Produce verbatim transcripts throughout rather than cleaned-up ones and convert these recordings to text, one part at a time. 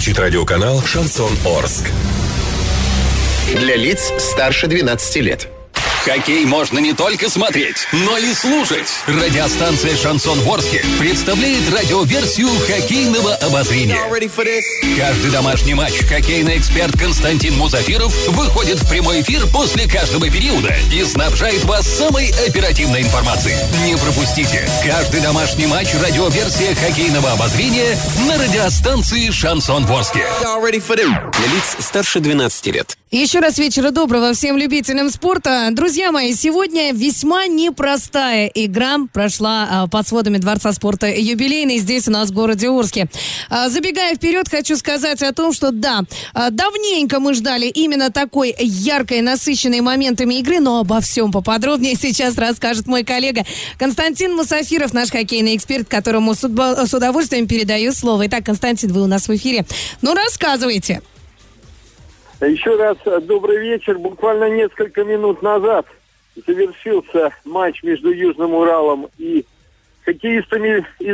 звучит радиоканал «Шансон Орск». Для лиц старше двенадцати лет. Хоккей можно не только смотреть, но и слушать. Радиостанция «Шансон Орске» представляет радиоверсию хоккейного обозрения. Каждый домашний матч хоккейный эксперт Константин Мусафиров выходит в прямой эфир после каждого периода и снабжает вас самой оперативной информацией. Не пропустите каждый домашний матч радиоверсия хоккейного обозрения на радиостанции «Шансон Орске». Для лиц старше двенадцати лет. Еще раз вечера доброго всем любителям спорта. Друзья мои, сегодня весьма непростая игра прошла а, под сводами Дворца спорта «Юбилейный» здесь у нас в городе Орске. А, забегая вперед, хочу сказать о том, что да, а, давненько мы ждали именно такой яркой, насыщенной моментами игры, но обо всем поподробнее сейчас расскажет мой коллега Константин Мусафиров, наш хоккейный эксперт, которому с, удбо- с удовольствием передаю слово. Итак, Константин, вы у нас в эфире. Ну, рассказывайте. Еще раз добрый вечер. Буквально несколько минут назад завершился матч между Южным Уралом и хоккеистами из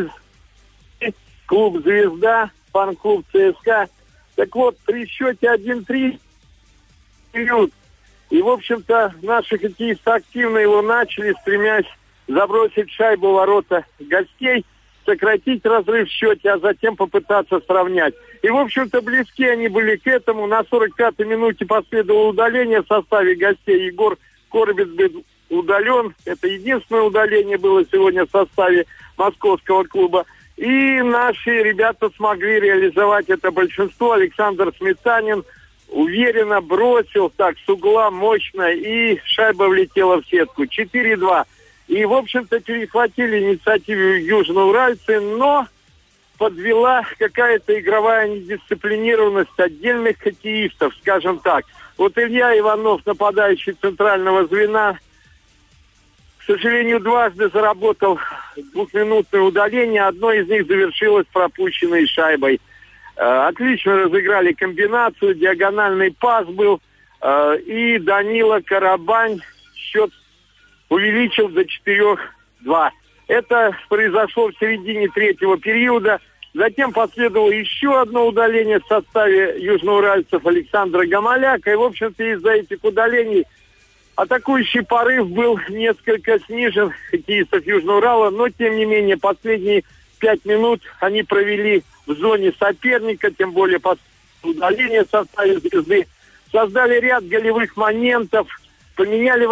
клуба «Звезда», фан-клуб ЦСКА. Так вот, при счете один-три период. И, в общем-то, наши хоккеисты активно его начали, стремясь забросить шайбу в ворота гостей, сократить разрыв в счете, а затем попытаться сравнять. И, в общем-то, близки они были к этому. На сорок пятой минуте последовало удаление в составе гостей. Егор Коробец был удален. Это единственное удаление было сегодня в составе московского клуба. И наши ребята смогли реализовать это большинство. Александр Сметанин уверенно бросил так с угла мощно, и шайба влетела в сетку. четыре-два. И, в общем-то, перехватили инициативу южноуральцы, но подвела какая-то игровая недисциплинированность отдельных хоккеистов, скажем так. Вот Илья Иванов, нападающий центрального звена, к сожалению, дважды заработал двухминутное удаление. Одно из них завершилось пропущенной шайбой. Отлично разыграли комбинацию, диагональный пас был. И Данила Карабань счет увеличил до четыре-два. Это произошло в середине третьего периода. Затем последовало еще одно удаление в составе южноуральцев Александра Гамаляка. И, в общем-то, из-за этих удалений атакующий порыв был несколько снижен хоккеистов Южного Урала. Но, тем не менее, последние пять минут они провели в зоне соперника, тем более под удаление в составе «Звезды». Создали ряд голевых моментов, поменяли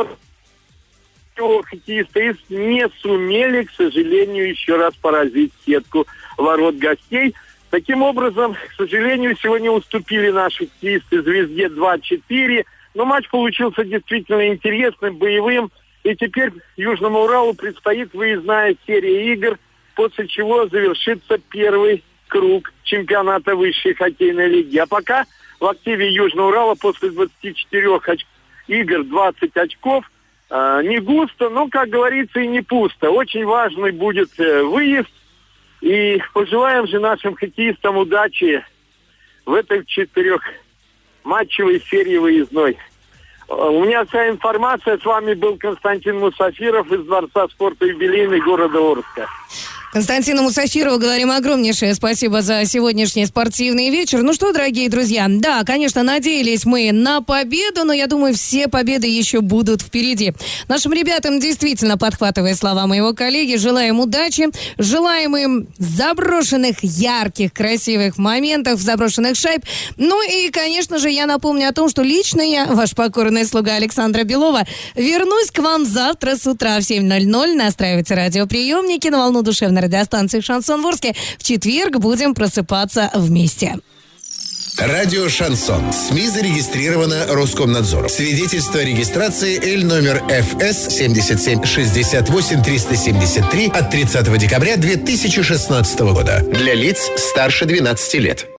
хоккеисты не сумели, к сожалению, еще раз поразить сетку ворот гостей. Таким образом, к сожалению, сегодня уступили наши хоккеисты «Звезде» два-четыре. Но матч получился действительно интересным, боевым. И теперь Южному Уралу предстоит выездная серия игр, после чего завершится первый круг чемпионата высшей хоккейной лиги. А пока в активе Южного Урала после двадцати четырёх оч... игр двадцать очков. А, не густо, но, как говорится, и не пусто. Очень важный будет э, выезд. И пожелаем же нашим хоккеистам удачи в этой четырехматчевой серии выездной. У меня вся информация. С вами был Константин Мусафиров из Дворца спорта «Юбилейный» города Орска. Константину Мусафирову говорим огромнейшее спасибо за сегодняшний спортивный вечер. Ну что, дорогие друзья, да, конечно, надеялись мы на победу, но я думаю, все победы еще будут впереди. Нашим ребятам, действительно, подхватывая слова моего коллеги, желаем удачи, желаем им заброшенных, ярких, красивых моментов, заброшенных шайб. Ну и, конечно же, я напомню о том, что лично я, ваш покорный слуга Александра Белова, вернусь к вам завтра с утра в семь ноль-ноль. Настраивайте радиоприемники на волну душевной радиостанции «Шансон Орске». В четверг будем просыпаться вместе. Радио «Шансон». СМИ зарегистрировано Роскомнадзором. Свидетельство о регистрации Л номер Ф С семь семь шесть восемь три семь три от тридцатого декабря две тысячи шестнадцатого года. Для лиц старше двенадцати лет.